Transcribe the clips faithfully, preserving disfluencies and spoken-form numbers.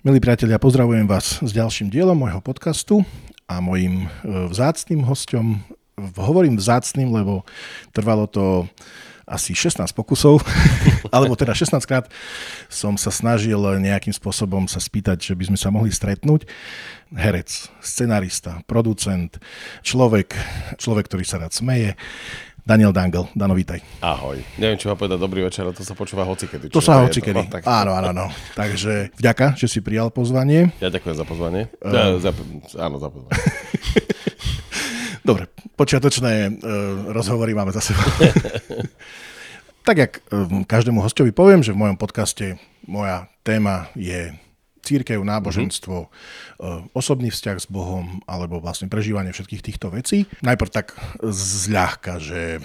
Milí priatelia, pozdravujem vás s ďalším dielom môjho podcastu a mojím vzácnym hosťom, hovorím vzácnym, lebo trvalo to asi šestnásť pokusov, alebo teda šestnásť krát som sa snažil nejakým spôsobom sa spýtať, že by sme sa mohli stretnúť. Herec, scenarista, producent, človek, človek, ktorý sa rád smeje, Daniel Dangl. Dano, vítaj. Ahoj. Neviem, či vám povedať dobrý večer, ale to sa počúva hocikedy. To sa hocikedy. To, no, áno, áno, áno. Takže vďaka, že si prijal pozvanie. Ja ďakujem za pozvanie. Uh... Ja, za, áno, za pozvanie. Dobre, počiatočné uh, rozhovory máme za sebou. Tak, jak uh, každému hostovi poviem, že v mojom podcaste moja téma je cirkev, náboženstvo, mm-hmm. osobný vzťah s Bohom alebo vlastne prežívanie všetkých týchto vecí. Najprv tak zľahka, že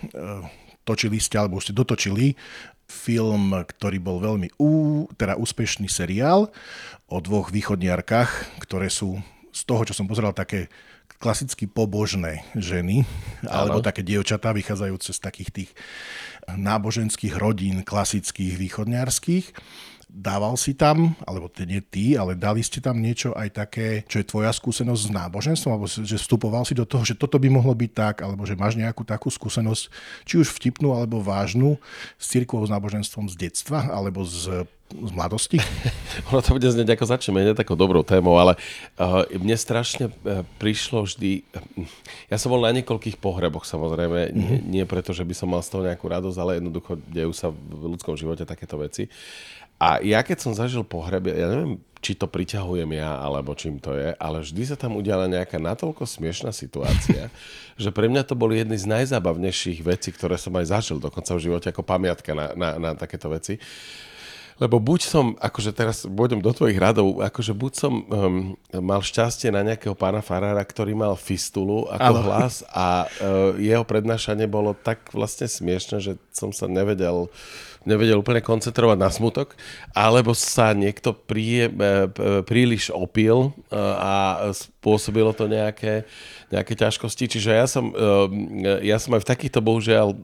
točili ste, alebo už ste dotočili film, ktorý bol veľmi ú, teda úspešný seriál o dvoch východniarkách, ktoré sú z toho, čo som pozeral, také klasicky pobožné ženy, alebo také dievčatá vychádzajúce z takých tých náboženských rodín klasických východniarských. Dával si tam, alebo nie ty, ale dali ste tam niečo aj také, čo je tvoja skúsenosť s náboženstvom, alebo že vstupoval si do toho, že toto by mohlo byť tak, alebo že máš nejakú takú skúsenosť, či už vtipnú, alebo vážnu, s cirkvou, s náboženstvom z detstva, alebo z, z mladosti? Ono to bude znieť ako začneme, nie takou dobrou témou, ale uh, mne strašne uh, prišlo vždy... Uh, ja som bol na niekoľkých pohreboch, samozrejme, mm-hmm. nie, nie preto, že by som mal z toho nejakú radosť, ale jednoducho dejú sa v ľudskom živote takéto veci. A ja keď som zažil pohreb, ja neviem, či to priťahujem ja, alebo čím to je, ale vždy sa tam udiala nejaká natoľko smiešná situácia, že pre mňa to boli jedny z najzábavnejších vecí, ktoré som aj zažil dokonca v živote ako pamiatka na, na, na takéto veci. Lebo buď som, akože teraz pôjdem do tvojich radov, akože buď som um, mal šťastie na nejakého pána farára, ktorý mal fistulu ako ano. Hlas a uh, jeho prednášanie bolo tak vlastne smiešne, že som sa nevedel... nevedel úplne koncentrovať na smutok, alebo sa niekto prí, príliš opil a spôsobilo to nejaké, nejaké ťažkosti. Čiže ja som, ja som aj v takýchto, bohužiaľ,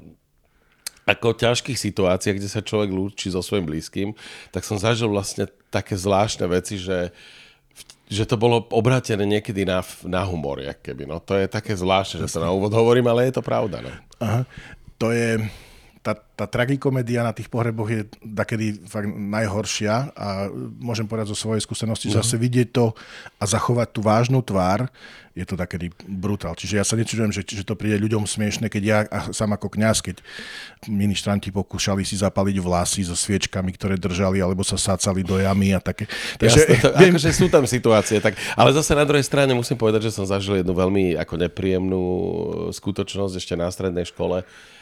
ako ťažkých situáciách, kde sa človek lúči so svojím blízkym, tak som zažil vlastne také zvláštne veci, že že to bolo obrátené niekedy na, na humor, jak keby. No, to je také zvláštne, že to na úvod hovorím, ale je to pravda. No. Aha, to je... Tá, tá tragikomédia na tých pohreboch je takedy fakt najhoršia a môžem povedať zo svojej skúsenosti, mm-hmm. zase vidieť to a zachovať tú vážnu tvár, je to takedy brutál. Čiže ja sa nečudujem, že, že to príde ľuďom smiešne, keď ja a sám ako kňaz, keď ministranti pokúšali si zapaliť vlasy so sviečkami, ktoré držali, alebo sa sácali do jamy a také. Takže, Jasne, to, viem... akože sú tam situácie, tak, ale zase na druhej strane musím povedať, že som zažil jednu veľmi ako nepríjemnú skutočnosť ešte na strednej škole,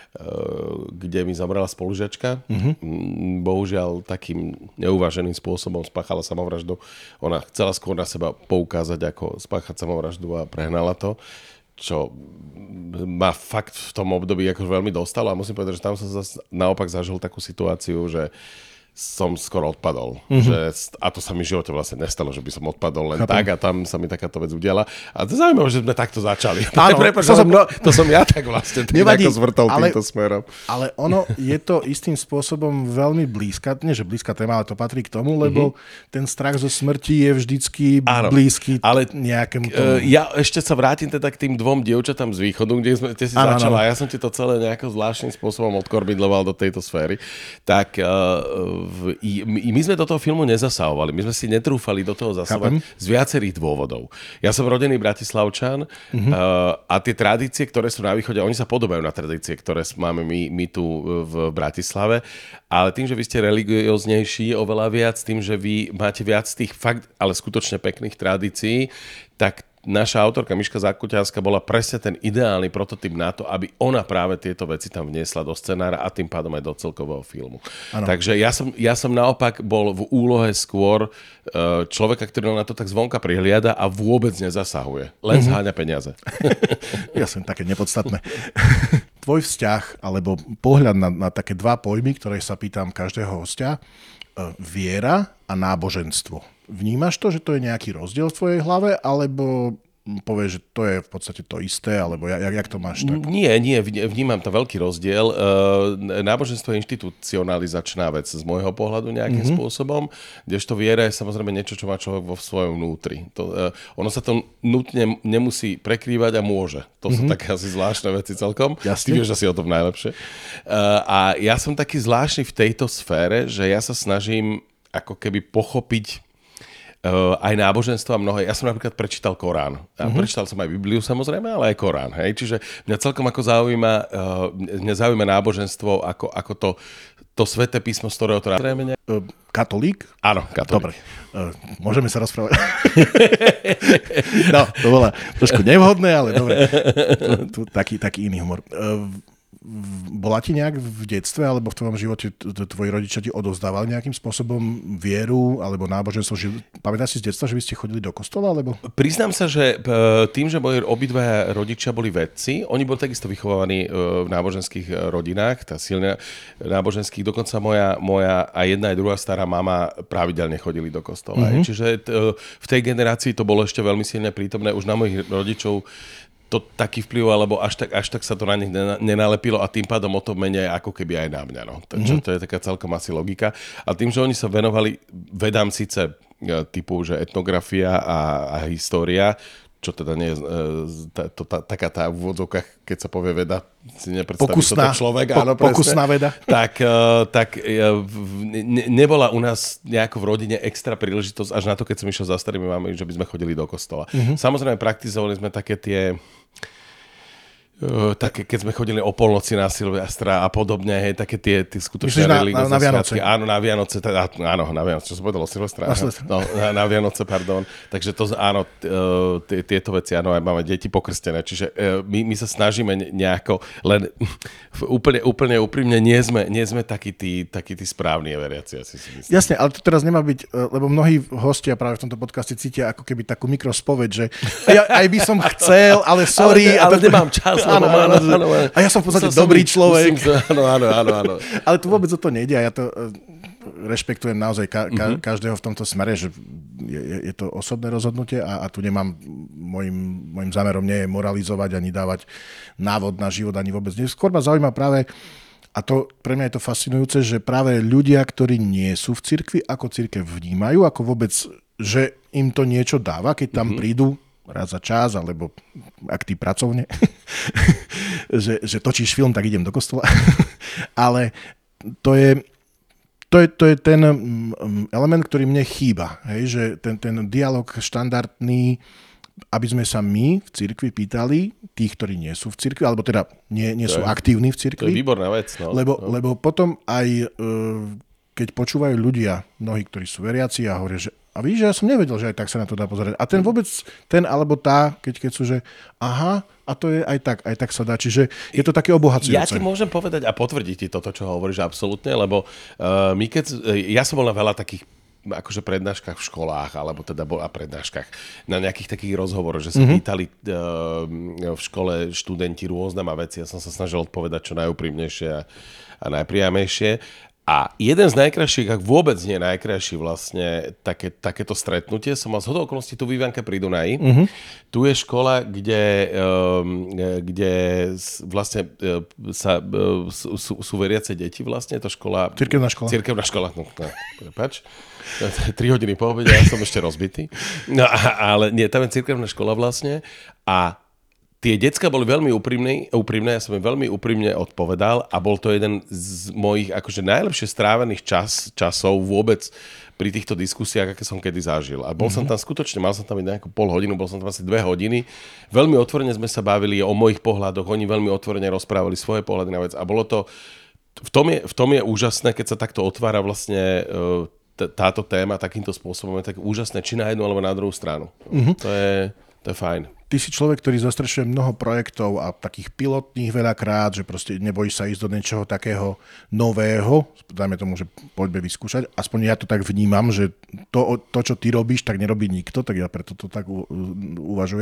kde mi zomrela spolužiačka. Uh-huh. Bohužiaľ takým neuváženým spôsobom spáchala samovraždu. Ona chcela skôr na seba poukázať, ako spáchať samovraždu a prehnala to, čo ma fakt v tom období ako veľmi dostalo a musím povedať, že tam som zase naopak zažil takú situáciu, že som skoro odpadol. Mm-hmm. Že, a to sa mi v živote vlastne nestalo, že by som odpadol len Chápem. tak a tam sa mi takáto vec udiala. A to je zaujímavé, že sme takto začali. Áno, Prepáč, to, som, no, to som ja tak vlastne nevadí, zvrtol ale, týmto smerom. Ale ono je to istým spôsobom veľmi blízka, nie že blízka téma, ale to patrí k tomu, lebo mm-hmm. ten strach zo smrti je vždycky Áno, blízky ale, nejakému tomu. Ja ešte sa vrátim teda k tým dvom dievčatám z východu, kde sme, kde si Áno, začala. Áno. Ja som ti to celé nejako zvláštnym spôsobom odkorbidloval do tejto sféry. Tak uh, v, my, my sme do toho filmu nezasahovali. My sme si netrúfali do toho zasahovať Chápem. z viacerých dôvodov. Ja som rodený Bratislavčan mm-hmm. uh, a tie tradície, ktoré sú na východe, oni sa podobajú na tradície, ktoré máme my, my tu v Bratislave, ale tým, že vy ste religióznejší oveľa viac, tým, že vy máte viac tých fakt, ale skutočne pekných tradícií, tak naša autorka Miška Zakutianská bola presne ten ideálny prototyp na to, aby ona práve tieto veci tam vniesla do scenára a tým pádom aj do celkového filmu. Ano. Takže ja som, ja som naopak bol v úlohe skôr človeka, ktorý na to tak zvonka prihliada a vôbec nezasahuje. Len mm-hmm. zháňa peniaze. Ja som také nepodstatné. Tvoj vzťah, alebo pohľad na, na také dva pojmy, ktoré sa pýtam každého hostia, viera a náboženstvo. Vnímaš to, že to je nejaký rozdiel v tvojej hlave, alebo povieš, že to je v podstate to isté, alebo jak, jak to máš tak? Nie, nie, vnímam to veľký rozdiel. Náboženstvo je inštitucionalizačná vec z môjho pohľadu nejakým mm-hmm. spôsobom, kdežto viera je samozrejme niečo, čo má človek vo svojom vnútri. To, ono sa to nutne nemusí prekrývať a môže. To mm-hmm. sú také asi zvláštne veci celkom. Jasne. Ty vieš asi o tom najlepšie. A ja som taký zvláštny v tejto sfére, že ja sa snažím ako keby pochopiť Uh, aj náboženstvo a mnohé. Ja som napríklad prečítal Korán. Ja uh-huh. Prečítal som aj Bibliu samozrejme, ale aj Korán. Hej? Čiže mňa celkom ako zaujíma, uh, mňa zaujíma náboženstvo ako, ako to, to sväté písmo, z ktorého to náboženstvo. Uh, katolík? Áno, katolík. Dobre. Uh, môžeme sa rozprávať. No, to bola trošku nevhodné, ale dobre. Tu, tu, taký, taký iný humor. Uh, bola ti nejak v detstve alebo v tvojom živote tvoji rodičia ti odovzdávali nejakým spôsobom vieru alebo náboženstvo? Pamätáš si z detstva, že by ste chodili do kostola? Alebo? Priznám sa, že tým, že moji obidva rodičia boli vedci, oni boli takisto vychovaní v náboženských rodinách, tá silne náboženských, dokonca moja, moja a jedna aj druhá stará mama pravidelne chodili do kostola. Mm-hmm. Čiže v tej generácii to bolo ešte veľmi silne prítomné. Už na mojich rodičov to taký vplyv, alebo až tak, až tak sa to na nich nenalepilo a tým pádom o to menej ako keby aj na mňa. No. Takže mm-hmm. to je taká celkom asi logika. A tým, že oni sa venovali vedám síce typu, že etnografia a, a história, čo teda nie je tá, to, tá, taká tá v úvodzovkách, keď sa povie veda, si nepredstaví pokusná, to človek. Po, áno, pokusná veda. Tak, tak ne, nebola u nás nejako v rodine extra príležitosť, až na to, keď som išiel za starými mamami, že by sme chodili do kostola. Mm-hmm. Samozrejme, praktizovali sme také tie Uh, také, keď sme chodili o polnoci na Silvestra a podobne, hej, také tie, tie skutočné religiózne na, na Vianoce. Áno, na Vianoce, teda, áno, na Vianoce, čo som povedal o Silvestra? Na, no, na, na Vianoce, pardon. Takže to, áno, uh, t- tieto veci, áno, aj máme deti pokrstené, čiže uh, my, my sa snažíme nejako, len úplne, úplne úprimne nie sme, nie sme takí tí, takí tí správni veriaci, asi si myslím. Jasne, ale to teraz nemá byť, lebo mnohí hostia práve v tomto podcaste cítia ako keby takú mikrospoveď, že ja, aj by som chcel, ale sorry. ale, ale to... nemám čas. Áno, áno, áno, áno. A ja som v podstate som dobrý človek. Musím, áno, áno, áno, áno. Ale tu vôbec o to nejde a ja to rešpektujem naozaj ka- ka- každého v tomto smere, že je, je to osobné rozhodnutie a, a tu nemám, môjim, môjim zámerom nie je moralizovať ani dávať návod na život, ani vôbec nie. Skôr ma zaujíma práve, a to pre mňa je to fascinujúce, že práve ľudia, ktorí nie sú v cirkvi, ako cirkev vnímajú, ako vôbec, že im to niečo dáva, keď tam mm-hmm. prídu raz za čas, alebo ak ty pracovne, že, že točíš film, tak idem do kostola. Ale to je, to je, to je ten element, ktorý mne chýba. Hej? Že ten, ten dialog štandardný, aby sme sa my v cirkvi pýtali tých, ktorí nie sú v cirkvi, alebo teda nie, nie sú je, aktívni v cirkvi. To je výborná vec. No. Lebo, no. lebo potom aj, keď počúvajú ľudia, mnohí, ktorí sú veriaci a hovoria, že a vidíš, že ja som nevedel, že aj tak sa na to dá pozerať. A ten vôbec, ten alebo tá, keď, keď sú, že aha, a to je aj tak, aj tak sa dá. Čiže je to také obohacujúce. Ja ti môžem povedať a potvrdiť ti toto, čo hovoríš, absolútne, lebo uh, my keď, ja som bol na veľa takých akože prednáškach v školách, alebo teda bol a prednáškach na nejakých takých rozhovoroch, že sa mm-hmm. pýtali uh, v škole študenti rôzne ma veci. Ja som sa snažil odpovedať čo najúprimnejšie a, a najpriamejšie. A jeden z najkrajších, ak vôbec nie najkrajší vlastne také, takéto stretnutie som mal z hodou okolností tu v Ivánke pri Dunaji. Mm-hmm. Tu je škola, kde, um, kde vlastne uh, sa, uh, sú, sú veriace deti vlastne. To škola... Cirkevná škola. Cirkevná škola, no, no prepáč. Tri hodiny po obede, ja som ešte rozbitý. No, ale nie, tam je cirkevná škola vlastne a tie decká boli veľmi úprimné, úprimné, ja som im veľmi úprimne odpovedal a bol to jeden z mojich akože najlepšie strávených čas, časov vôbec pri týchto diskusiách, aké som kedy zažil. A bol mm-hmm. som tam skutočne, mal som tam nejakú pol hodinu, bol som tam asi dve hodiny. Veľmi otvorene sme sa bavili o mojich pohľadoch, oni veľmi otvorene rozprávali svoje pohľady na vec a bolo to, v tom je, v tom je úžasné, keď sa takto otvára vlastne t- táto téma takýmto spôsobom, je tak úžasné, či na jednu alebo na druhú stranu. Mm-hmm. To je, to je fajn. Ty si človek, ktorý zastrešuje mnoho projektov a takých pilotných veľakrát, že proste nebojíš sa ísť do niečoho takého nového, dajme tomu, že poďme vyskúšať. Aspoň ja to tak vnímam, že to, to čo ty robíš, tak nerobí nikto, tak ja preto to tak u, uvažujem.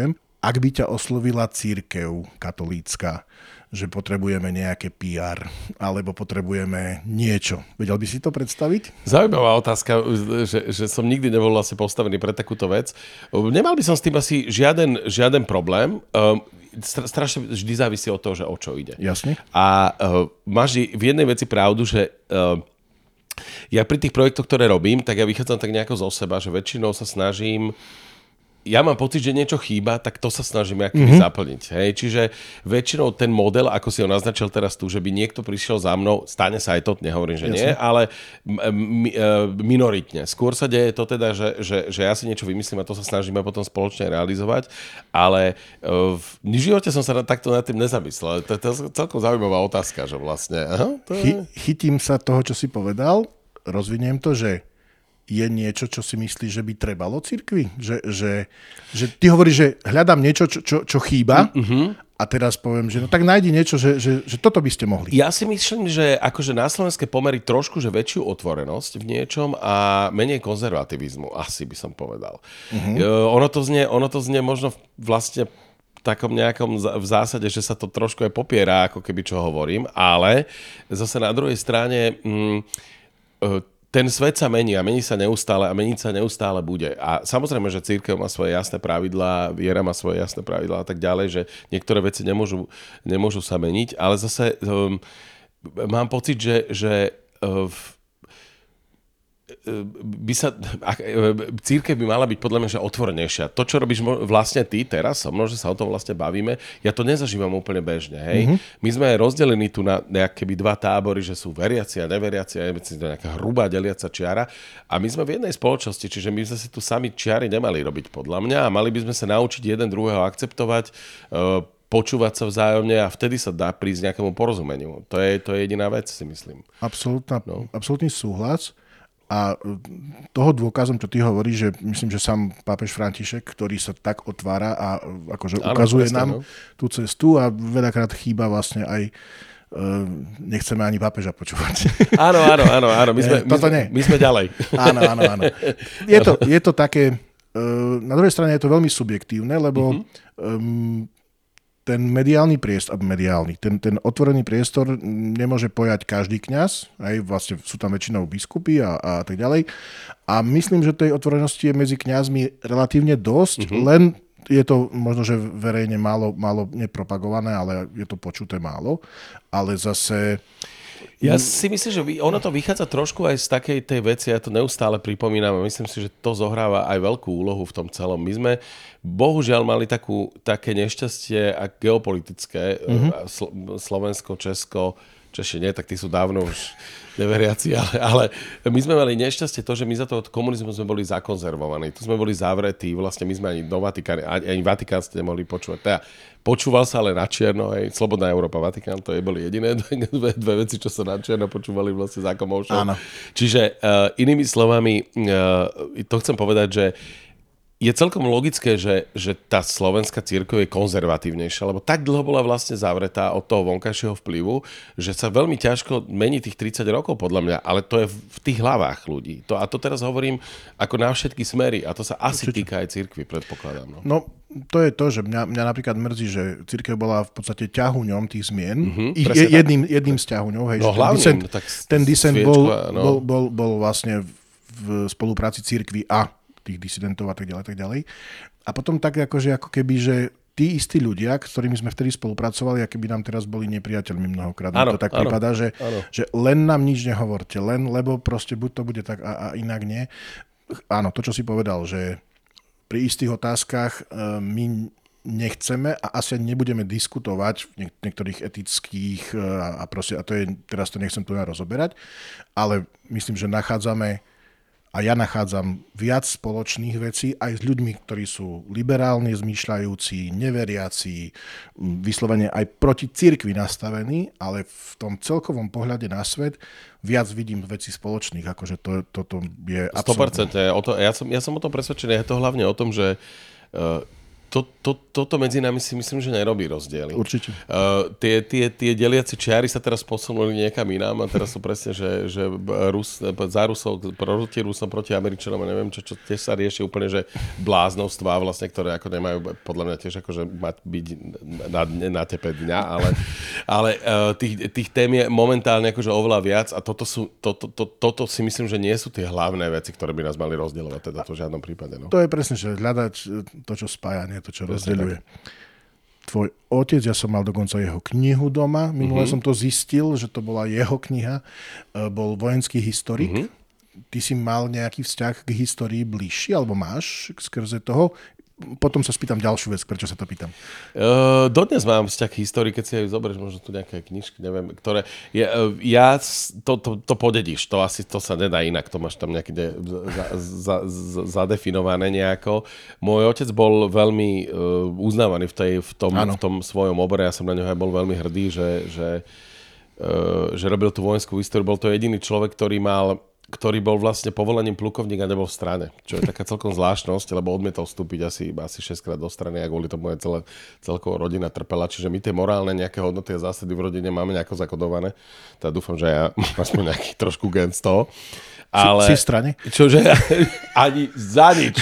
ak by ťa oslovila cirkev katolícka, že potrebujeme nejaké pé er, alebo potrebujeme niečo. Vedel by si to predstaviť? Zaujímavá otázka, že, že som nikdy nebol asi postavený pre takúto vec. Nemal by som s tým asi žiaden, žiaden problém. Strašne vždy závisí od toho, že o čo ide. Jasne. A uh, máš v jednej veci pravdu, že uh, ja pri tých projektoch, ktoré robím, tak ja vychádzam tak nejako zo seba, že väčšinou sa snažím, ja mám pocit, že niečo chýba, tak to sa snažím akýby mm-hmm. zaplniť. Hej? Čiže väčšinou ten model, ako si ho naznačil teraz tu, že by niekto prišiel za mnou, stane sa aj to, nehovorím, že Jasne. nie, ale mi, minoritne. Skôr sa deje to teda, že, že, že ja si niečo vymyslím a to sa snažíme potom spoločne realizovať, ale v živote som sa takto nad tým nezamyslel. To, to je celkom zaujímavá otázka, že vlastne... Aha, to je... Chy, chytím sa toho, čo si povedal, rozviniem to, že je niečo, čo si myslíš, že by trebalo cirkvi? Že, že, že ty hovoríš, že hľadám niečo, čo, čo, čo chýba uh-huh. a teraz poviem, že no tak nájdi niečo, že, že, že toto by ste mohli. Ja si myslím, že akože na slovenské pomery trošku, že väčšiu otvorenosť v niečom a menej konzervativizmu, asi by som povedal. Uh-huh. Ono to znie, ono to znie možno vlastne v takom nejakom v zásade, že sa to trošku aj popiera, ako keby čo hovorím, ale zase na druhej strane... Mm, ten svet sa mení a mení sa neustále a meniť sa neustále bude. A samozrejme, že cirkev má svoje jasné pravidlá, viera má svoje jasné pravidlá a tak ďalej, že niektoré veci nemôžu, nemôžu sa meniť, ale zase um, mám pocit, že, že uh, by sa, cirkev by mala byť podľa mňa že otvorenejšia. To, čo robíš vlastne ty teraz, so mnou, že sa o tom vlastne bavíme, ja to nezažívam úplne bežne. Hej? Mm-hmm. My sme rozdelení tu na nejaké dva tábory, že sú veriaci a neveriaci, a je to nejaká hrubá deliaca čiara. A my sme v jednej spoločnosti, čiže my sme si tu sami čiary nemali robiť podľa mňa a mali by sme sa naučiť jeden druhého akceptovať, počúvať sa vzájomne a vtedy sa dá prísť nejakému porozumeniu. To je, to je jediná vec, si myslím. Absolutná, no. Absolutný súhlas. A toho dôkazom, čo ty hovoríš, že myslím, že sám pápež František, ktorý sa tak otvára a akože ano, ukazuje presne, nám no. tú cestu a veľakrát chýba vlastne aj uh, nechceme ani pápeža počúvať. Áno, áno, áno, áno. My sme, my sme, my sme ďalej. Áno, áno, áno. Je to, je to také, uh, na druhej strane je to veľmi subjektívne, lebo uh-huh. um, ten mediálny priestor, mediálny, ten, ten otvorený priestor nemôže pojať každý kňaz, aj vlastne sú tam väčšinou biskupy a, a tak ďalej. A myslím, že tej otvorenosti je medzi kňazmi relatívne dosť, mm-hmm. len je to možno, že verejne málo, málo nepropagované, ale je to počuté málo. Ale zase... Ja si myslím, že ono to vychádza trošku aj z takej tej veci, ja to neustále pripomínam a myslím si, že to zohráva aj veľkú úlohu v tom celom. My sme bohužiaľ mali takú, také nešťastie a geopolitické, mm-hmm. Slovensko, Česko, Češi nie, tak tí sú dávno už neveriaci, ale, ale my sme mali nešťastie to, že my za toho komunizmu sme boli zakonzervovaní. Tu sme boli zavretí, vlastne my sme ani do Vatikánu, ani, ani Vatikán ste nemohli počúvať. Teda, počúval sa ale na čierno, aj Slobodná Európa, Vatikán, to je boli jediné dve, dve veci, čo sa na čierno počúvali vlastne za komoušou. Áno. Čiže uh, inými slovami, uh, to chcem povedať, že je celkom logické, že, že tá slovenská cirkev je konzervatívnejšia, lebo tak dlho bola vlastne zavretá od toho vonkajšieho vplyvu, že sa veľmi ťažko mení tých tridsať rokov podľa mňa, ale to je v tých hlavách ľudí. To, a to teraz hovorím ako na všetky smery a to sa asi Určite. Týka aj cirkvi, predpokladám. No. no, to je to, že mňa, mňa napríklad mrzí, že cirkev bola v podstate ťahuňom tých zmien. Mm-hmm, je, jedným, jedným z ťahuňov. Hej, no hlavným. Ten, tak ten disent bol, no. bol, bol, bol vlastne v spolupráci cirkvi a tých disidentov a tak ďalej, tak ďalej. A potom tak akože ako keby, že tí istí ľudia, s ktorými sme vtedy spolupracovali, a keby nám teraz boli nepriateľmi mnohokrát. Áno, to tak áno, prípada, že, že len nám nič nehovorte, len, lebo proste buď to bude tak a, a inak nie. Áno, to, čo si povedal, že pri istých otázkach my nechceme a asi nebudeme diskutovať v niektorých etických a, a proste, a to je, teraz to nechcem tu rozoberať, ale myslím, že nachádzame a ja nachádzam viac spoločných vecí aj s ľuďmi, ktorí sú liberálne zmýšľajúci, neveriaci, vyslovene aj proti cirkvi nastavení, ale v tom celkovom pohľade na svet viac vidím veci spoločných, akože to, toto je absolútne. sto percent. O to, ja, som, ja som o tom presvedčený, je to hlavne o tom, že uh, to, to, toto medzi nami si myslím, že nerobí rozdiely. Určite. Uh, tie, tie, tie deliaci čiary sa teraz posunuli niekam inám a teraz sú presne, že, že Rus, za Rusov, proti Rusom, proti Američanom a neviem čo, čo tiež sa rieši úplne, že bláznovstvá vlastne, ktoré ako nemajú podľa mňa tiež akože mať byť na, na tepe dňa, ale, ale uh, tých, tých tém je momentálne akože oveľa viac a toto, sú, to, to, to, toto si myslím, že nie sú tie hlavné veci, ktoré by nás mali rozdielovať, teda to v žiadnom prípade. No. To je presne, že hľadať to, čo spája, nie to, čo rozdeľuje. Tvoj otec, ja som mal dokonca jeho knihu doma, minule mm-hmm. som to zistil, že to bola jeho kniha, bol vojenský historik. Mm-hmm. Ty si mal nejaký vzťah k histórii bližší, alebo máš skrze toho? Potom sa spýtam ďalšiu vec, prečo sa to pýtam. Uh, dodnes mám vzťah k histórii, keď si aj zoberieš možno tu nejaké knižky, neviem, ktoré... Je, uh, ja to, to, to podedíš, to asi to sa nedá inak, to máš tam nejaké de, za, za, za, zadefinované nejako. Môj otec bol veľmi uh, uznávaný v, tej, v, tom, v tom svojom obore, ja som na ňo aj bol veľmi hrdý, že, že, uh, že robil tú vojenskú históriu. Bol to jediný človek, ktorý mal... ktorý bol vlastne povolaním plukovník a nebol v strane. Čo je taká celkom zvláštnosť, lebo odmietol vstúpiť asi, asi šesťkrát do strany a kvôli tomu aj celé, celková rodina trpela. Čiže my tie morálne nejaké hodnoty a zásady v rodine máme nejako zakodované. Teda dúfam, že ja mám aspoň nejaký trošku gen z toho. Ale... Si v strane? Čože ani za nič.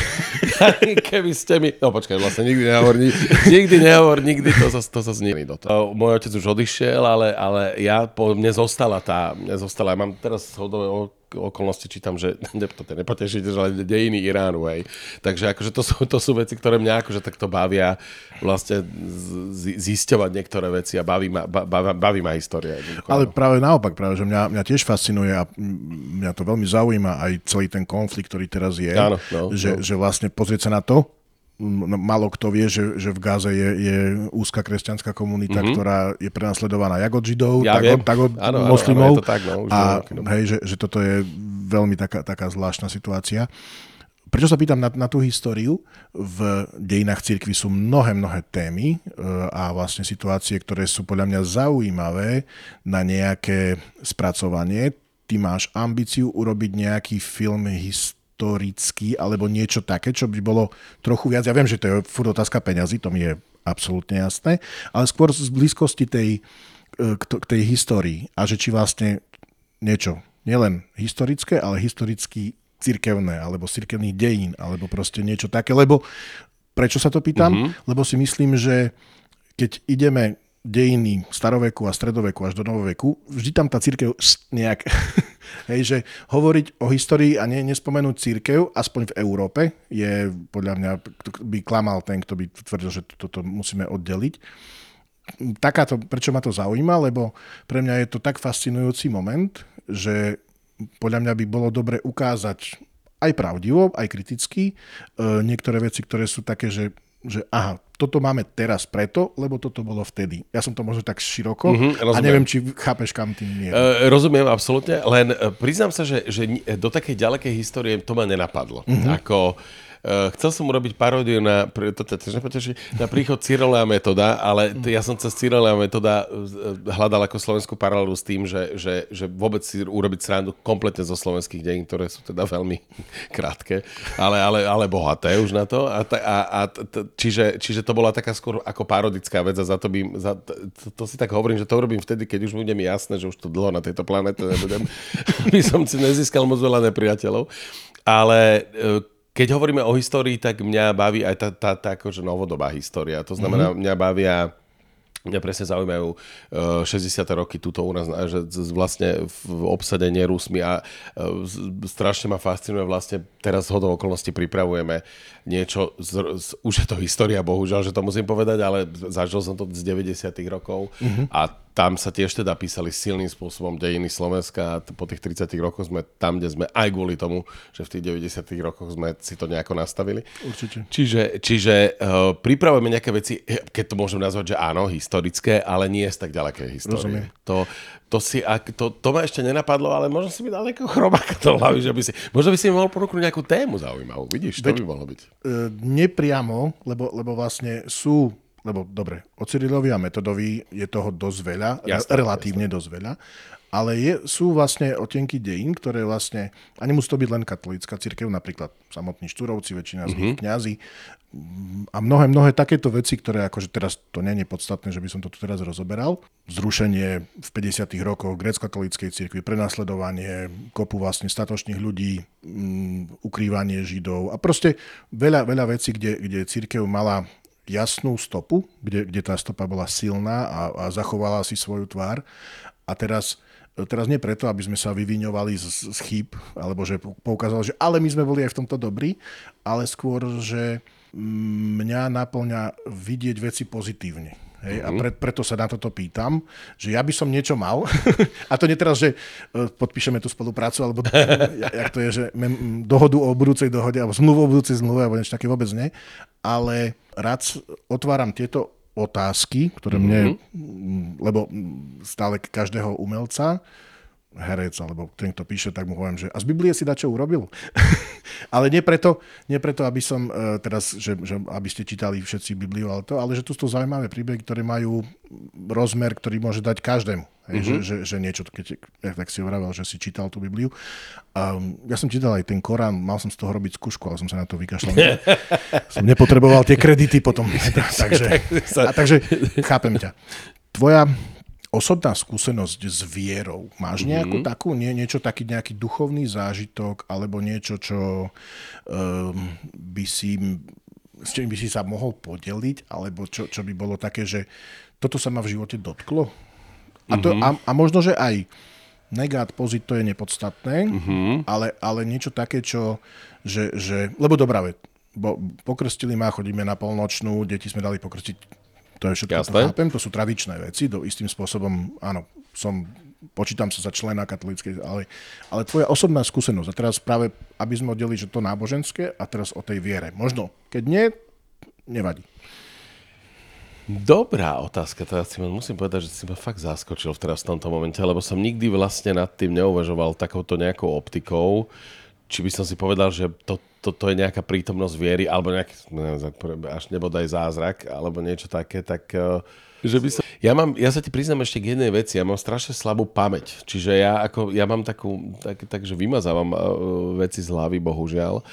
Keby ste mi... No počkaj, vlastne nikdy nehovor, nikdy nehovor, nikdy to sa, to sa znierí do toho. Môj otec už odišiel, ale, ale ja, po mne zostala tá... Mne zostala, ja mám teraz hodové okolnosti, čítam, že to te nepotešíte, že ale dejiny Iránu, hej. Takže akože to sú, to sú veci, ktoré mňa akože takto bavia vlastne z, zisťovať niektoré veci a baví ma, baví, baví ma história. Ale práve naopak, práve, že mňa, mňa tiež fascinuje a mňa to veľmi zaujíma aj celý ten konflikt, ktorý teraz je, Áno, no, že, no. že vlastne pozrieť sa na to, málo kto vie, že, že v Gáze je, je úzka kresťanská komunita, mm-hmm. ktorá je prenasledovaná jak od Židov, ja tak, od, tak od áno, moslimov. Áno, áno, tak, no, a hej, že, že toto je veľmi taká, taká zvláštna situácia. Prečo sa pýtam na, na tú históriu? V dejinách cirkvi sú mnohé, mnohé témy a vlastne situácie, ktoré sú podľa mňa zaujímavé na nejaké spracovanie. Ty máš ambíciu urobiť nejaký film histórií, historický, alebo niečo také, čo by bolo trochu viac. Ja viem, že to je furt otázka peňazí, to mi je absolútne jasné, ale skôr z blízkosti tej, k tej histórii a že či vlastne niečo, nielen historické, ale historicky cirkevné, alebo cirkevných dejín, alebo proste niečo také, lebo prečo sa to pýtam? Mm-hmm. Lebo si myslím, že keď ideme dejiny staroveku a stredoveku až do novoveku, vždy tam tá cirkev nejak... Hej, že hovoriť o histórii a nie, nespomenúť cirkev, aspoň v Európe, je podľa mňa, by klamal ten, kto by tvrdil, že toto musíme oddeliť. Takáto, prečo ma to zaujíma, lebo pre mňa je to tak fascinujúci moment, že podľa mňa by bolo dobre ukázať aj pravdivo, aj kriticky niektoré veci, ktoré sú také, že že aha, toto máme teraz preto, lebo toto bolo vtedy. Ja som to možno tak široko mm-hmm, a neviem, či chápeš, kam tým nie. Uh, rozumiem, absolútne, len uh, priznám sa, že, že do takej ďalekej histórie to ma nenapadlo. Mm-hmm. Ako... Uh, chcel som urobiť paródiu na, to, to, to, to, na príchod Cyrila a Metoda, ale to, ja som cez Cyrila a Metoda hľadal ako slovenskú paralelu s tým, že, že, že vôbec si urobiť srandu kompletne zo slovenských dejín, ktoré sú teda veľmi krátke, ale, ale, ale bohaté už na to. A, a, a t, čiže, čiže to bola taká skôr ako parodická vec a za to by, za, to, to si tak hovorím, že to urobím vtedy, keď už budem jasné, že už to dlho na tejto planete nebudem, by som si nezískal moc veľa nepriateľov. Ale keď hovoríme o histórii, tak mňa baví aj tá, tá, tá akože novodobá história. To znamená, mm-hmm. mňa bavia, mňa presne zaujímajú uh, šesťdesiate roky tuto u nás, že vlastne v obsadenie Rusmi a uh, strašne ma fascinuje vlastne, teraz zhodou okolností pripravujeme niečo, z, z, už je to história, bohužiaľ, že to musím povedať, ale zažil som to z deväťdesiatych rokov mm-hmm. a tam sa tiež teda písali silným spôsobom dejiny Slovenska a po tých tridsiatych rokoch sme tam, kde sme aj kvôli tomu, že v tých deväťdesiatych rokoch sme si to nejako nastavili. Určite. Čiže, čiže uh, pripravujeme nejaké veci, keď to môžem nazvať, že áno, historické, ale nie z tak ďalekej histórie. To, to, si, ak, to, to ma ešte nenapadlo, ale možno si mi dal nejakého chrobáka do hlavy, že by si, možno by si mi mohol ponúknuť nejakú tému zaujímavú. Vidíš, to Veď, by mohlo byť. Uh, nepriamo, lebo, lebo vlastne sú lebo dobre, o Cyrilovi a Metodovi je toho dosť veľa, jasne, relatívne jasne. dosť veľa, ale je, sú vlastne otenky dejín, ktoré vlastne, a nemusí to byť len katolícka cirkev, napríklad samotní Štúrovci, väčšina z nich mm-hmm. kňazi a mnohé, mnohé takéto veci, ktoré akože teraz to nie je podstatné, že by som to tu teraz rozoberal. Zrušenie v päťdesiatych rokoch grécko-katolíckej cirkvi, prenasledovanie, kopu vlastne statočných ľudí, um, ukrývanie Židov a proste veľa, veľa vecí, kde, kde cirkev mala jasnú stopu, kde, kde tá stopa bola silná a, a zachovala si svoju tvár. A teraz, teraz nie preto, aby sme sa vyviňovali z, z chýb, alebo že poukázalo, že ale my sme boli aj v tomto dobrí, ale skôr, že mňa naplňa vidieť veci pozitívne. Hej? Mm-hmm. A pre, preto sa na toto pýtam, že ja by som niečo mal, a to nie teraz, že podpíšeme tú spoluprácu, alebo jak to je, že dohodu o budúcej dohode, alebo zmluvu o budúcej zmluve, alebo niečo také vôbec nie, ale rád otváram tieto otázky, ktoré mne, mm-hmm. lebo stále každého umelca, herec, alebo ten, kto píše, tak mu poviem, že a z Biblie si dačo urobil? Ale nie preto, nie preto, aby som uh, teraz, že, že aby ste čítali všetci Bibliu, ale to, ale že tu sú zaujímavé príbehy, ktoré majú rozmer, ktorý môže dať každému. Hej, mm-hmm. že, že, že niečo, keď tak si hovoril, že si čítal tú Bibliu. Um, ja som čítal aj ten Korán, mal som z toho robiť skúšku, ale som sa na to vykašľal. Som nepotreboval tie kredity potom. takže, a takže chápem ťa. Tvoja osobná skúsenosť s vierou. Máš nejakú mm-hmm. takú, nie, niečo taký nejaký duchovný zážitok, alebo niečo, čo um, by si, s čím by si sa mohol podeliť, alebo čo, čo by bolo také, že toto sa ma v živote dotklo? A, to, mm-hmm. a, a možno, že aj negát, pozit, to je nepodstatné, mm-hmm. ale, ale niečo také, čo, že, že lebo dobrá vec, bo pokrstili ma, chodíme na polnočnú, deti sme dali pokrstiť. To je všetko, to chápem, to sú tradičné veci, do istým spôsobom, áno, som, počítam sa za člena katolíckej, ale, ale tvoja osobná skúsenosť, a teraz práve, aby sme oddelili, že to náboženské, a teraz o tej viere. Možno, keď nie, nevadí. Dobrá otázka, to ja si musím povedať, že si ma fakt zaskočil teraz v tomto momente, lebo som nikdy vlastne nad tým neuvažoval takouto nejakou optikou, či by som si povedal, že to toto je nejaká prítomnosť viery, alebo nejaký, až nebodaj zázrak, alebo niečo také, tak že by som... Ja, mám, ja sa ti priznám ešte k jednej veci, ja mám strašne slabú pamäť, čiže ja, ako, ja mám takú, tak, tak, že vymazávam veci z hlavy, bohužiaľ,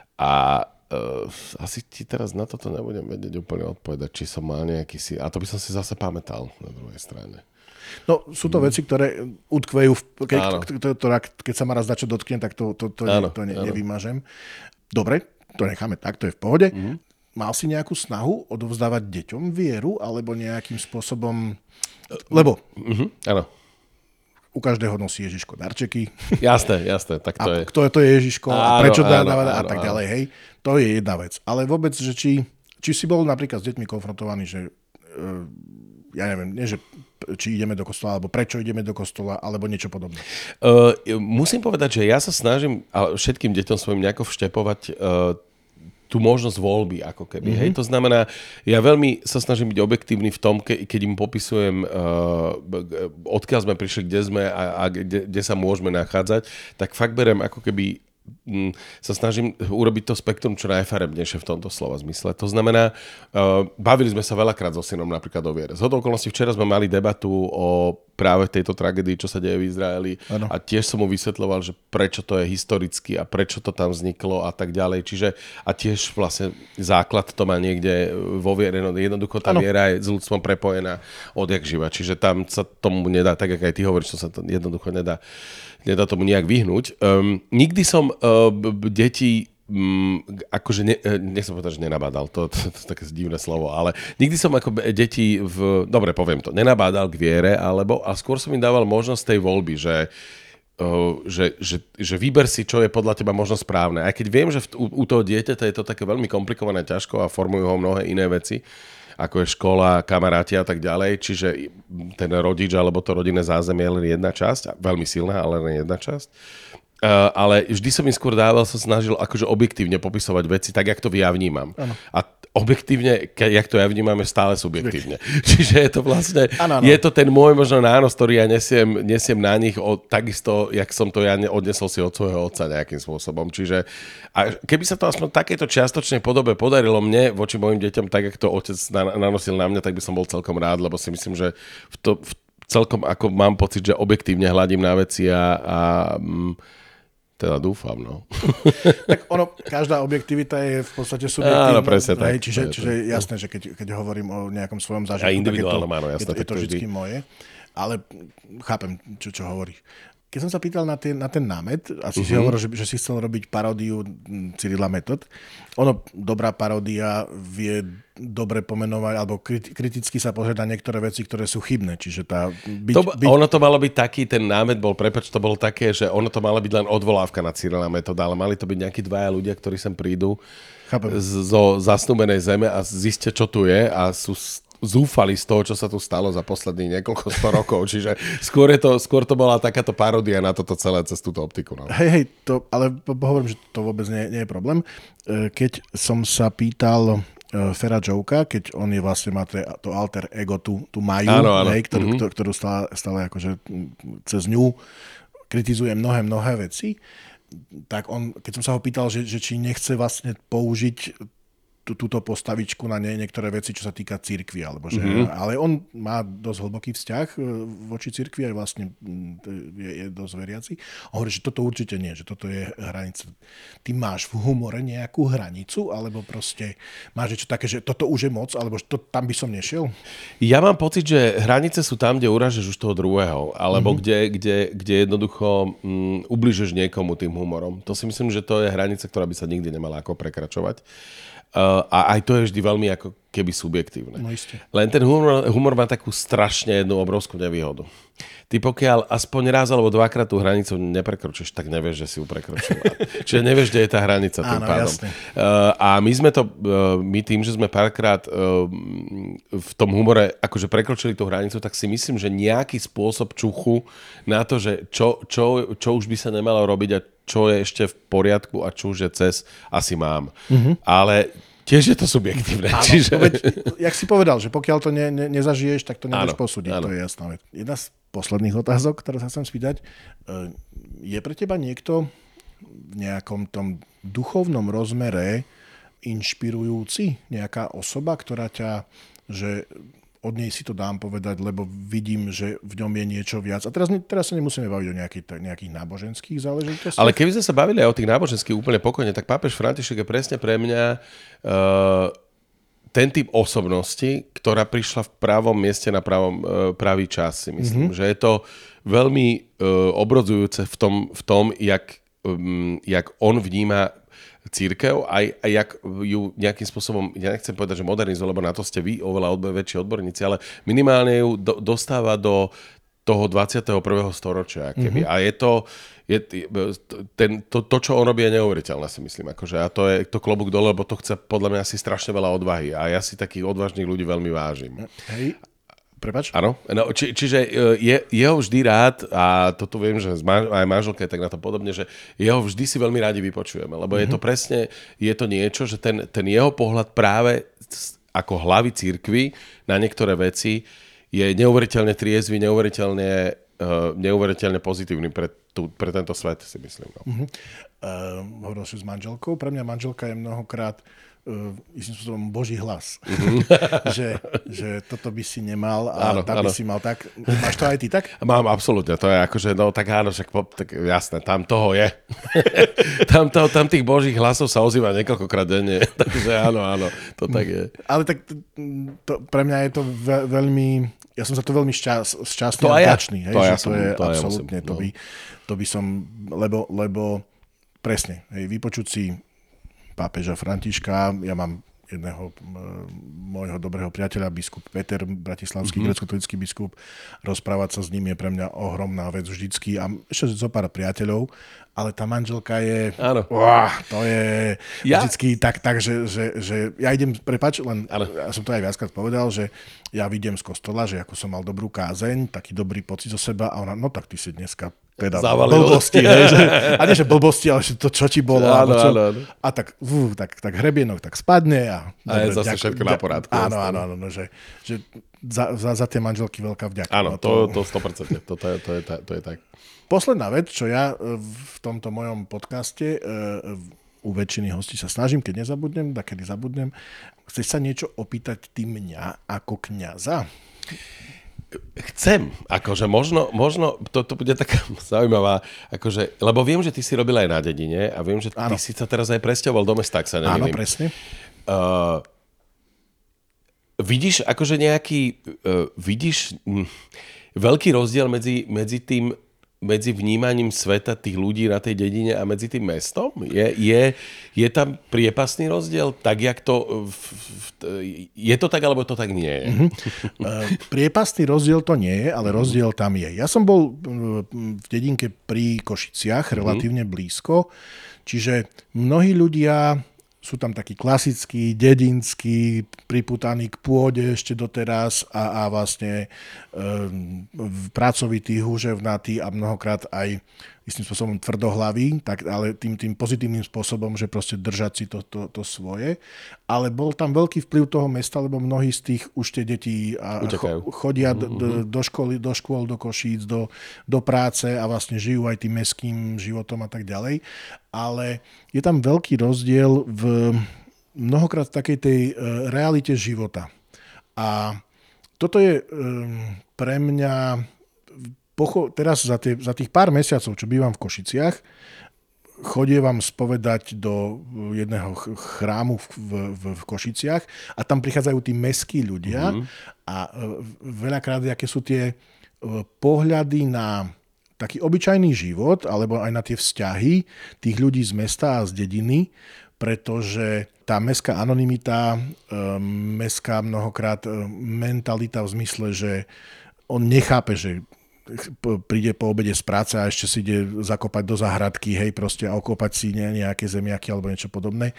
a uh, asi ti teraz na toto nebudem vedieť úplne odpovedať, či som mal nejaký si... A to by som si zase pamätal na druhej strane. No, sú to veci, ktoré utkvejú, keď, to, to, keď sa ma raz dačo dotkne, tak to, to, to, áno, to ne, nevymažem. Dobre, to necháme tak, to je v pohode. Mm-hmm. Mal si nejakú snahu odovzdávať deťom vieru, alebo nejakým spôsobom... Lebo mm-hmm. áno. U každého nosí Ježiško darčeky. Jasné, jasné, tak to a je. Kto je to Ježiško áno, a prečo dá a tak ďalej, hej. To je jedna vec. Ale vôbec, že či, či si bol napríklad s deťmi konfrontovaný, že uh, ja neviem, nie, že či ideme do kostola, alebo prečo ideme do kostola, alebo niečo podobné. Uh, musím povedať, že ja sa snažím všetkým deťom svojim nejako vštepovať uh, tú možnosť voľby, ako keby. Mm-hmm. Hej? To znamená, ja veľmi sa snažím byť objektívny v tom, ke, keď im popisujem, uh, odkiaľ sme prišli, kde sme a, a kde, kde sa môžeme nachádzať, tak fakt berem ako keby sa snažím urobiť to spektrum čo najfarebnejšie v tomto slova zmysle. To znamená, uh, bavili sme sa veľakrát so synom napríklad o viere. Z hodou okolností včera sme mali debatu o práve tejto tragédii, čo sa deje v Izraeli ano. A tiež som mu vysvetľoval, že prečo to je historicky a prečo to tam vzniklo a tak ďalej. Čiže a tiež vlastne základ to má niekde vo viere. No, jednoducho tá ano. Viera je s ľudstvom prepojená odjak živa. Čiže tam sa tomu nedá, tak ako aj ty hovoríš, čo sa to jednoducho nedá nedá tomu nejak vyhnúť. Um, nikdy som uh, b- deti um, akože, ne, nechcem povedať, že nenabádal, to, to, to, to je také divné slovo, ale nikdy som ako deti v, dobre poviem to, nenabádal k viere, alebo, a skôr som im dával možnosť tej voľby, že Uh, že, že, že vyber si, čo je podľa teba možno správne. Aj keď viem, že v, u, u toho dieťaťa je to také veľmi komplikované, ťažko a formujú ho mnohé iné veci, ako je škola, kamaráti a tak ďalej. Čiže ten rodič alebo to rodinné zázemie je len jedna časť, veľmi silná, ale len jedna časť. Uh, ale vždy som im skôr dával, som snažil akože objektívne popisovať veci tak, jak to ja vnímam. A, objektívne, ke, jak to ja vnímam, je stále subjektívne. Čiže je to vlastne, ano, ano. je to ten môj možno nános, ktorý ja nesiem, nesiem na nich o, takisto, jak som to ja odnesol si od svojho otca nejakým spôsobom. Čiže a keby sa to aspoň v takejto čiastočnej podobe podarilo mne voči mojim deťom, tak jak to otec nanosil na mňa, tak by som bol celkom rád, lebo si myslím, že v to, v celkom ako mám pocit, že objektívne hľadím na veci a, a teda dúfam, no. Tak ono, každá objektivita je v podstate subjektívna. Áno, presne tak. Čiže, čiže jasné, že keď, keď hovorím o nejakom svojom zážitku, a individuálne, tak je to, áno, jasné, je to, je to vždy moje. Ale chápem, čo, čo hovoríš. Keď som sa pýtal na, tie, na ten námet, asi uh-huh. si hovoril, že, že si chcel robiť paródiu Cyrila Metod. Ono, dobrá paródia vie dobre pomenovať, alebo kriticky sa pozrieť na niektoré veci, ktoré sú chybné. Čiže tá... Byť, to, byť... Ono to malo byť taký, ten námet bol, prepáč, to bolo také, že ono to malo byť len odvolávka na Cyrila Metoda, ale mali to byť nejakí dvaja ľudia, ktorí sem prídu Chápem. zo zasnúbenej zeme a zistia, čo tu je a sú zúfali z toho, čo sa tu stalo za posledných niekoľko sto rokov. Čiže skôr, je to, skôr to bola takáto paródia na toto celé cez túto optiku. No. Hej, hej, to, ale hovorím, že to vôbec nie, nie je problém. Keď som sa pýtal Fera Joka, keď on je vlastne, má to alter ego, tú, tú Maju, áno, áno. Hej, ktorú, mm-hmm. ktorú stále, stále akože cez ňu kritizuje mnohé, mnohé veci, tak on, keď som sa ho pýtal, že, že či nechce vlastne použiť tú, túto postavičku na nie, niektoré veci, čo sa týka cirkvi, alebo že, mm-hmm. ale on má dosť hlboký vzťah voči cirkvi, aj vlastne je, je dosť veriaci. On hovorí, že toto určite nie, že toto je hranica. Ty máš v humore nejakú hranicu, alebo proste máš niečo také, že toto už je moc, alebo že to, tam by som nešiel? Ja mám pocit, že hranice sú tam, kde urážeš už toho druhého, alebo mm-hmm. kde, kde, kde jednoducho mm, ubližeš niekomu tým humorom. To si myslím, že to je hranica, ktorá by sa nikdy nemala ako prekračovať. Uh, a aj to je vždy veľmi ako keby subjektívne. No isté. Len ten humor, humor má takú strašne jednu obrovskú nevýhodu. Ty pokiaľ aspoň raz alebo dvakrát tú hranicu neprekročíš, tak nevieš, že si ju prekročil. Čiže nevieš, kde je tá hranica tým Áno, pádom. Jasne. Uh, a my sme to, uh, my tým, že sme párkrát uh, v tom humore akože prekročili tú hranicu, tak si myslím, že nejaký spôsob čuchu na to, že čo, čo, čo už by sa nemalo robiť a čo je ešte v poriadku a čo už je cez, asi mám. Mm-hmm. Ale tiež je to subjektívne. Áno, čiže... veď, jak si povedal, že pokiaľ to ne, ne, nezažiješ, tak to nevieš posúdiť. Áno. To je jasná vec. Jedna z posledných otázok, ktoré sa chcem spýtať, je pre teba niekto v nejakom tom duchovnom rozmere inšpirujúci? Nejaká osoba, ktorá ťa, že od nej si to dám povedať, lebo vidím, že v ňom je niečo viac. A teraz, teraz sa nemusíme baviť o nejakých, nejakých náboženských záležitostiach. Ale keby sme sa bavili aj o tých náboženských úplne pokojne, tak pápež František je presne pre mňa uh, ten typ osobnosti, ktorá prišla v pravom mieste na pravom, uh, pravý čas, si myslím. Mm-hmm. Že je to veľmi uh, obrodzujúce v tom, v tom jak, um, jak on vníma cirkev, aj, aj jak ju nejakým spôsobom, ja nechcem povedať, že modernizuje, lebo na to ste vy oveľa odbe- väčší odborníci, ale minimálne ju do, dostáva do toho dvadsiateho prvého storočia. Keby. Mm-hmm. A je to, je, ten, to, to, čo on robí, je neuveriteľné, si myslím. Akože, a to je to klobúk dole, lebo to chce podľa mňa asi strašne veľa odvahy. A ja si takých odvážnych ľudí veľmi vážim. Hej. Prepač? Áno, no, či, čiže je, jeho vždy rád, a toto viem, že aj manželka je tak na to podobne, že jeho vždy si veľmi rádi vypočujeme, lebo mm-hmm. je to presne, je to niečo, že ten, ten jeho pohľad práve ako hlavy cirkvi na niektoré veci je neuveriteľne triezvy, neuveriteľne, uh, neuveriteľne pozitívny pre, tú, pre tento svet, si myslím. No. Mm-hmm. Uh, hovoril si s manželkou, pre mňa manželka je mnohokrát Uh, istým spôsobom Boží hlas. Mm-hmm. že, že toto by si nemal a áno, tam áno. by si mal tak. Máš to aj ty tak? Mám, absolútne. To je akože, no tak áno, však, tak jasné, tam toho je. tam, to, tam tých Božích hlasov sa ozýva niekoľkokrát denne. Takže áno, áno, to tak je. Ale tak to, pre mňa je to ve, veľmi, ja som za to veľmi šťast, šťastný to a vďačný. Ja. To, ja to som, je to absolútne, ja musím, to, by, to by som, lebo, lebo presne, hej, vypočuť si pápeža Františka, ja mám jedného môjho dobrého priateľa, biskup Peter, bratislavský mm-hmm. grécko-katolícky biskup, rozprávať sa s ním je pre mňa ohromná vec vždycky a ešte zo pár priateľov ale tá manželka je... Áno. Uá, to je Ja? vždycky tak, tak že, že, že ja idem, prepáč, len Áno. ja som to aj viackrát povedal, že ja vidím z kostola, že ako som mal dobrú kázeň, taký dobrý pocit zo seba a ona, no tak ty si dneska teda Zavalil. blbosti, hej, že, a nie že blbosti, ale že to čo ti bolo. Áno, čo, áno, áno. A tak, ú, tak, tak hrebienok tak spadne a... A je dobre, zase ďakujem, všetko na porádku. Áno, áno, áno, no, že, že za, za, za tie manželky veľká vďaka. Áno, No to, to sto percent. To, to, je, to, je, to je tak. Posledná vec, čo ja v tomto mojom podcaste u väčšiny hostí sa snažím, keď nezabudnem, tak kedy zabudnem, chceš sa niečo opýtať ty mňa ako kňaza? Chcem, akože možno, možno to, to bude taká zaujímavá, akože, lebo viem, že ty si robil aj na dedine a viem, že ty Áno. si sa teraz aj presťahoval do mesta, ak sa Áno, nemýlim. presne. Uh, vidíš akože nejaký, uh, vidíš hm, veľký rozdiel medzi, medzi tým, medzi vnímaním sveta tých ľudí na tej dedine a medzi tým mestom? Je, je, je tam priepasný rozdiel? Tak, jak to... V, v, je to tak, alebo to tak nie je? Mm-hmm. Priepasný rozdiel to nie je, ale rozdiel tam je. Ja som bol v dedinke pri Košiciach, relatívne blízko, čiže mnohí ľudia sú tam takí klasickí, dedinskí, priputaní k pôde ešte doteraz a, a vlastne um, pracovití, húževnatí a mnohokrát aj istým spôsobom tvrdohlaví, tak, ale tým, tým pozitívnym spôsobom, že proste držať si to, to, to svoje. Ale bol tam veľký vplyv toho mesta, lebo mnohí z tých už tie deti a, cho, chodia mm-hmm. do, do školy, do škôl, do Košíc, do, do práce a vlastne žijú aj tým mestským životom a tak ďalej. Ale je tam veľký rozdiel v mnohokrát takej tej realite života. A toto je um, pre mňa pocho- teraz za, tie, za tých pár mesiacov, čo bývam v Košiciach, chodievam spovedať do jedného chrámu v, v, v Košiciach a tam prichádzajú tí mestskí ľudia mm-hmm. a veľakrát, aké sú tie pohľady na taký obyčajný život, alebo aj na tie vzťahy tých ľudí z mesta a z dediny, pretože tá mestská anonymita, mestská mnohokrát mentalita v zmysle, že on nechápe, že príde po obede z práce a ešte si ide zakopať do záhradky, hej, proste a okopať si nejaké zemiaky alebo niečo podobné,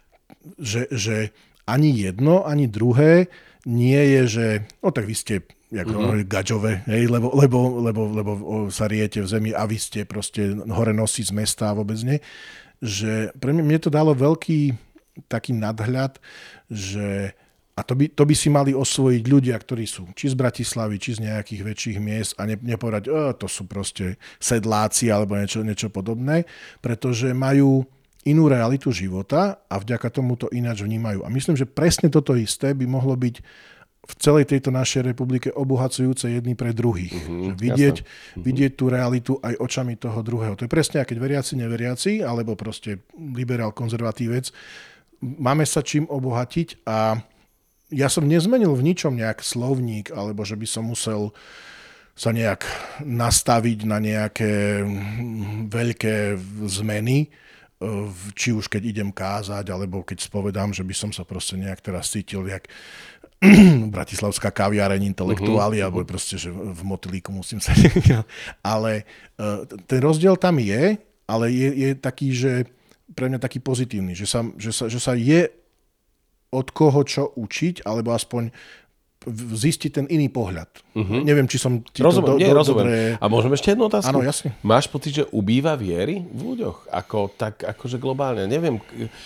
že, že ani jedno, ani druhé nie je, že no tak vy ste jak mm-hmm. gaďové, hej, lebo, lebo, lebo, lebo sa rijete v zemi a vy ste proste hore nosí z mesta a vôbec nie. Že pre mňa, mne to dalo veľký taký nadhľad, že a to by, to by si mali osvojiť ľudia, ktorí sú či z Bratislavy, či z nejakých väčších miest a ne, nepovedať, o, to sú proste sedláci alebo niečo, niečo podobné, pretože majú inú realitu života a vďaka tomu to ináč vnímajú. A myslím, že presne toto isté by mohlo byť v celej tejto našej republike obohacujúce jedný pre druhých. Mm-hmm, vidieť, mm-hmm. vidieť tú realitu aj očami toho druhého. To je presne, keď veriaci, neveriaci, alebo proste liberál, konzervatívec. Máme sa čím obohatiť a ja som nezmenil v ničom nejak slovník, alebo že by som musel sa nejak nastaviť na nejaké veľké zmeny, či už keď idem kázať, alebo keď spovedám, že by som sa proste nejak teraz cítil jak bratislavská kaviareň intelektuáli, uh-huh. alebo proste, že v motylíku musím sa... ale ten rozdiel tam je, ale je, je taký, že pre mňa taký pozitívny, že sa, že sa, že sa je od koho čo učiť, alebo aspoň zistiť ten iný pohľad. Uh-huh. Neviem, či som ti rozumiem, to do, nie, do, rozumiem. dobre... A môžeme ešte jednu otázku? Áno, jasne. Máš pocit, že ubýva viery v ľuďoch? Ako, tak, akože globálne. Neviem,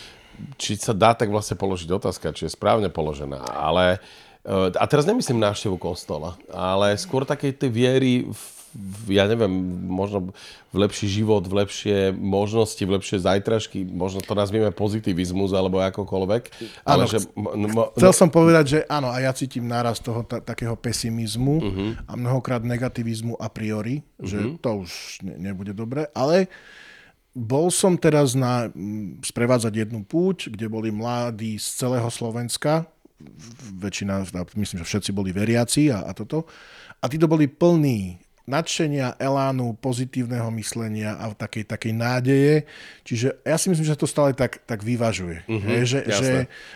či sa dá tak vlastne položiť otázka, či je správne položená, ale a teraz nemyslím návštevu kostola, ale skôr takej tej viery v, v, ja neviem, možno v lepší život, v lepšie možnosti, v lepšie zajtražky, možno to nazvieme pozitivizmus alebo akokoľvek. Ale áno, že, no, chcel som povedať, že áno, a ja cítim náraz toho ta, takého pesimizmu uh-huh. a mnohokrát negativizmu a priori, uh-huh. že to už ne, nebude dobre, ale bol som teraz na sprevádzať jednu púť, kde boli mladí z celého Slovenska, väčšina, myslím, že všetci boli veriaci a, a toto. A títo boli plní nadšenia, elánu, pozitívneho myslenia a takej, takej nádeje. Čiže ja si myslím, že to stále tak, tak vyvažuje. Mm-hmm, že, že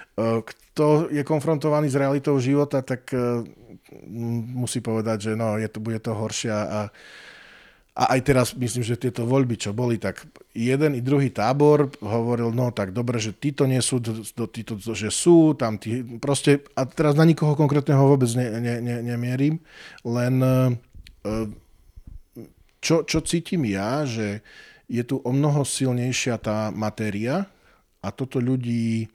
kto je konfrontovaný s realitou života, tak musí povedať, že no, je to, bude to horšie a A aj teraz myslím, že tieto voľby, čo boli, tak jeden i druhý tábor hovoril, no tak dobre, že títo nie sú, títo, že sú, tam tí, proste, a teraz na nikoho konkrétneho vôbec ne, ne, ne, nemierim, len čo, čo cítim ja, že je tu o mnoho silnejšia tá matéria a toto ľudí,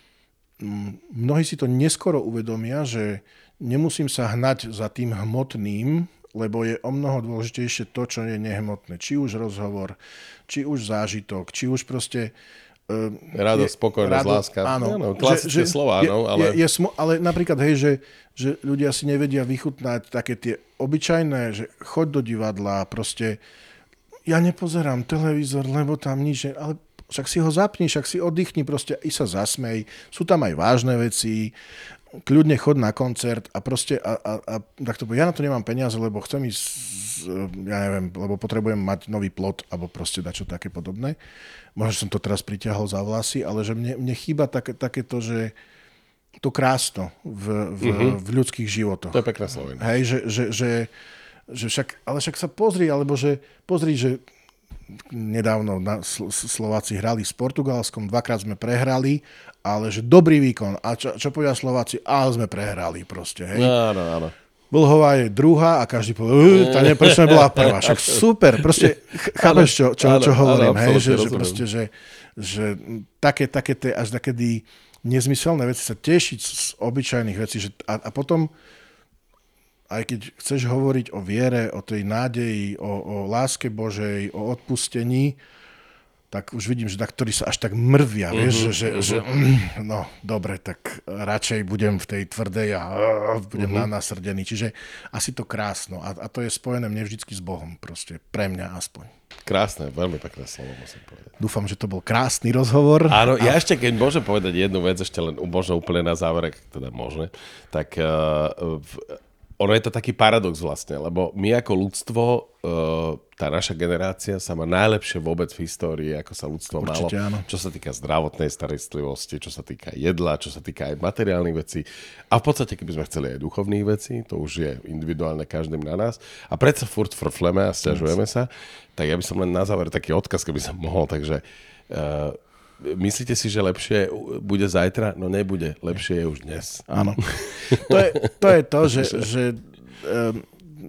mnohí si to neskoro uvedomia, že nemusím sa hnať za tým hmotným, lebo je o mnoho dôležitejšie to, čo je nehmotné. Či už rozhovor, či už zážitok, či už proste... Uh, radosť, spokojnosť, rado, láska. Áno, áno klasické že, slova, je, no, ale... Je, je smo, ale napríklad, hej, že, že ľudia si nevedia vychutnať také tie obyčajné, že choď do divadla, proste ja nepozerám televízor, lebo tam nič... Ale však si ho zapni, však si oddychni, proste i sa zasmej. Sú tam aj vážne veci, kľudne chod na koncert a proste, a, a, a tak to ja na to nemám peniaze, lebo chcem ísť, ja neviem, lebo potrebujem mať nový plot, alebo proste dačo také podobné. Možno som to teraz pritiahol za vlasy, ale že mne, mne chýba také, takéto, že to krásno v, v, mm-hmm. v ľudských životoch. To je pekné slovo. Hej, že, že, že, že však, ale však sa pozri, alebo že pozri, že nedávno na Slováci hrali s Portugalskom, dvakrát sme prehrali, ale že dobrý výkon. A čo, čo povedia Slováci? Ale sme prehrali proste, hej. Áno, áno. Vlhová je druhá a každý povie, tá prečo nebola prvá. Však super, proste chápeš, čo, čo, čo hovorím, áno, hej, že, že proste, že, že také, také tie až takedy nezmyselné veci sa tešiť z obyčajných vecí, že a, a potom aj keď chceš hovoriť o viere, o tej nádeji, o, o láske Božej, o odpustení, tak už vidím, že ktorí sa až tak mrvia, uh-huh, vieš, že, uh-huh. že no, dobre, tak radšej budem v tej tvrdej a budem uh-huh. nasrdený. Čiže asi to krásno. A, a to je spojené mne vždycky s Bohom, proste, pre mňa aspoň. Krásne, veľmi pekné slovo, musím povedať. Dúfam, že to bol krásny rozhovor. Áno, ja a... ešte, keď môžem povedať jednu vec, ešte len možno úplne na záver, teda možné, tak uh, v, ono je to taký paradox vlastne, lebo my ako ľudstvo, tá naša generácia sa má najlepšie vôbec v histórii, ako sa ľudstvo Určite, malo. Áno. Čo sa týka zdravotnej starostlivosti, čo sa týka jedla, čo sa týka aj materiálnych vecí. A v podstate, keby sme chceli aj duchovných vecí, to už je individuálne každým na nás. A predsa furt frfleme a sťažujeme sa. Tak ja by som len na záver taký odkaz, keby som mohol. Takže uh, myslíte si, že lepšie bude zajtra? No nebude. Lepšie je už dnes. Áno. To je to, je to že, že um,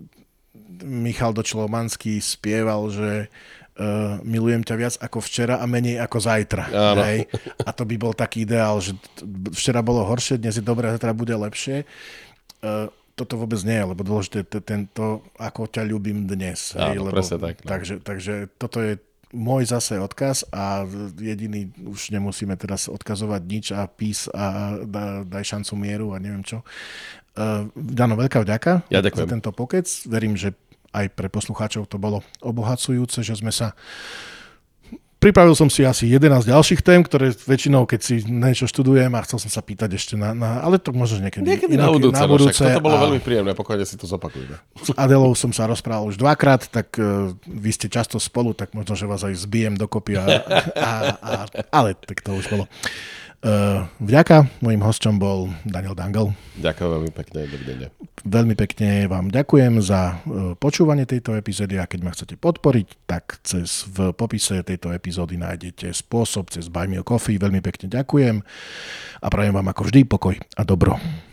Michal Dočlomanský spieval, že uh, milujem ťa viac ako včera a menej ako zajtra. Hej? A to by bol taký ideál, že včera bolo horšie, dnes je dobré, zajtra bude lepšie. Uh, toto vôbec nie je, lebo dôležité je tento, ako ťa ľúbim dnes. Hej? Áno, lebo, presne tak. No. Takže, takže toto je môj zase odkaz a jediný, už nemusíme teraz odkazovať nič a pís a daj šancu mieru a neviem čo. Uh, Dano, veľká vďaka ja ďakujem za tento pokec. Verím, že aj pre poslucháčov to bolo obohacujúce, že sme sa... Pripravil som si asi jedenásť ďalších tém, ktoré väčšinou, keď si niečo študujem a chcel som sa pýtať ešte na... na ale to možno niekedy... Niekedy na budúce. Na budúce no, toto bolo a... veľmi príjemné, pokojne si to zopakujeme. S Adelou som sa rozprával už dvakrát, tak uh, vy ste často spolu, tak možno, že vás aj zbijem dokopy. A, a, a, ale tak to už bolo. Uh, vďaka, mojím hosťom bol Daniel Dangl. Ďakujem veľmi pekne, dovidenia. Veľmi pekne vám ďakujem za uh, počúvanie tejto epizódy a keď ma chcete podporiť, tak cez v popise tejto epizódy nájdete spôsob cez Buy Me a Coffee. Veľmi pekne ďakujem a prajem vám ako vždy pokoj a dobro.